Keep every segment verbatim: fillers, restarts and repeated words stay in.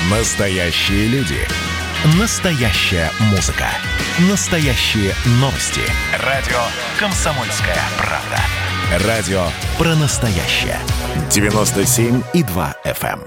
Настоящие люди. Настоящая музыка. Настоящие новости. Радио «Комсомольская правда». Радио про настоящее. девяносто семь и два эф эм.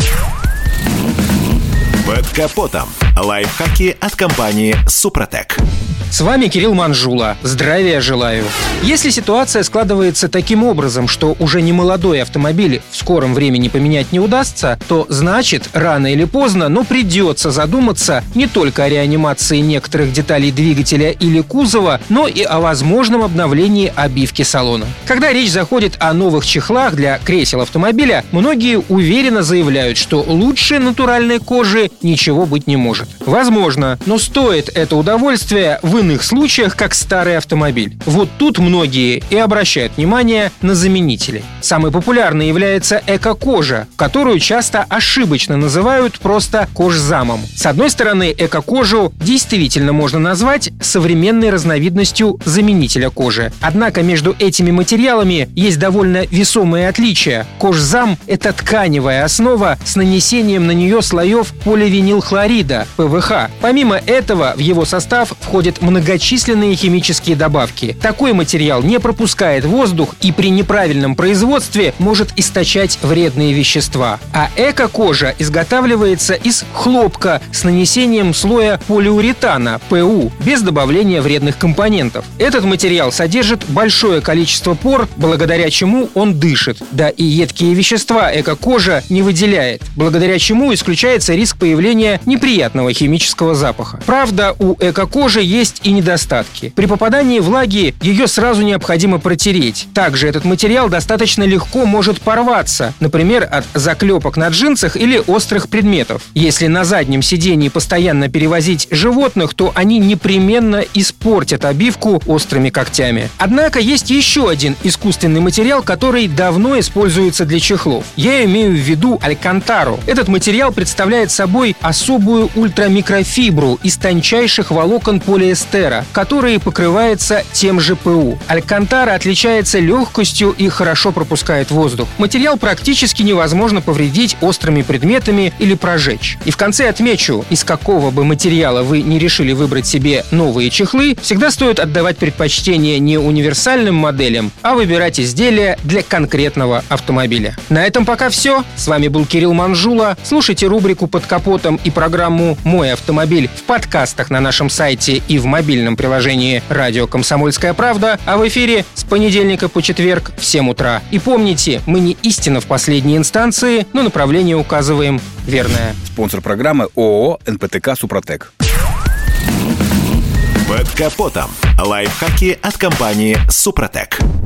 Под капотом. Лайфхаки от компании «Супротек». С вами Кирилл Манжула. Здравия желаю. Если ситуация складывается таким образом, что уже не молодой автомобиль в скором времени поменять не удастся, то значит, рано или поздно, но придется задуматься не только о реанимации некоторых деталей двигателя или кузова, но и о возможном обновлении обивки салона. Когда речь заходит о новых чехлах для кресел автомобиля, многие уверенно заявляют, что лучше натуральной кожи ничего быть не может. Возможно, но стоит это удовольствие в иных случаях, как старый автомобиль. Вот тут многие и обращают внимание на заменители. Самой популярной является эко-кожа, которую часто ошибочно называют просто кожзамом. С одной стороны, эко-кожу действительно можно назвать современной разновидностью заменителя кожи. Однако между этими материалами есть довольно весомые отличия. Кожзам – это тканевая основа с нанесением на нее слоев поливинилхлорида, пэ вэ ха. Помимо этого, в его состав входят многочисленные химические добавки. Такой материал не пропускает воздух и при неправильном производстве может источать вредные вещества. А эко-кожа изготавливается из хлопка с нанесением слоя полиуретана, пэ у, без добавления вредных компонентов. Этот материал содержит большое количество пор, благодаря чему он дышит. Да и едкие вещества эко-кожа не выделяет, благодаря чему исключается риск появления неприятного химического запаха. Правда, у эко-кожи есть и недостатки. При попадании влаги ее сразу необходимо протереть. Также этот материал достаточно легко может порваться, например, от заклепок на джинсах или острых предметов. Если на заднем сидении постоянно перевозить животных, то они непременно испортят обивку острыми когтями. Однако есть еще один искусственный материал, который давно используется для чехлов. Я имею в виду алькантару. Этот материал представляет собой особую ультрамикрофибру из тончайших волокон полиэстера, который покрывается тем же пэ у. Алькантара отличается легкостью и хорошо пропускает воздух. Материал практически невозможно повредить острыми предметами или прожечь. И в конце отмечу, из какого бы материала вы не решили выбрать себе новые чехлы, всегда стоит отдавать предпочтение не универсальным моделям, а выбирать изделия для конкретного автомобиля. На этом пока все. С вами был Кирилл Манжула. Слушайте рубрику «Под капотом» и программу «Мой автомобиль» в подкастах на нашем сайте и в мобильном приложении «Радио Комсомольская правда», а в эфире с понедельника по четверг в семь утра. И помните, мы не истина в последней инстанции, но направление указываем верное. Спонсор программы ООО эн пэ тэ ка «Супротек». Под капотом. Лайфхаки от компании «Супротек».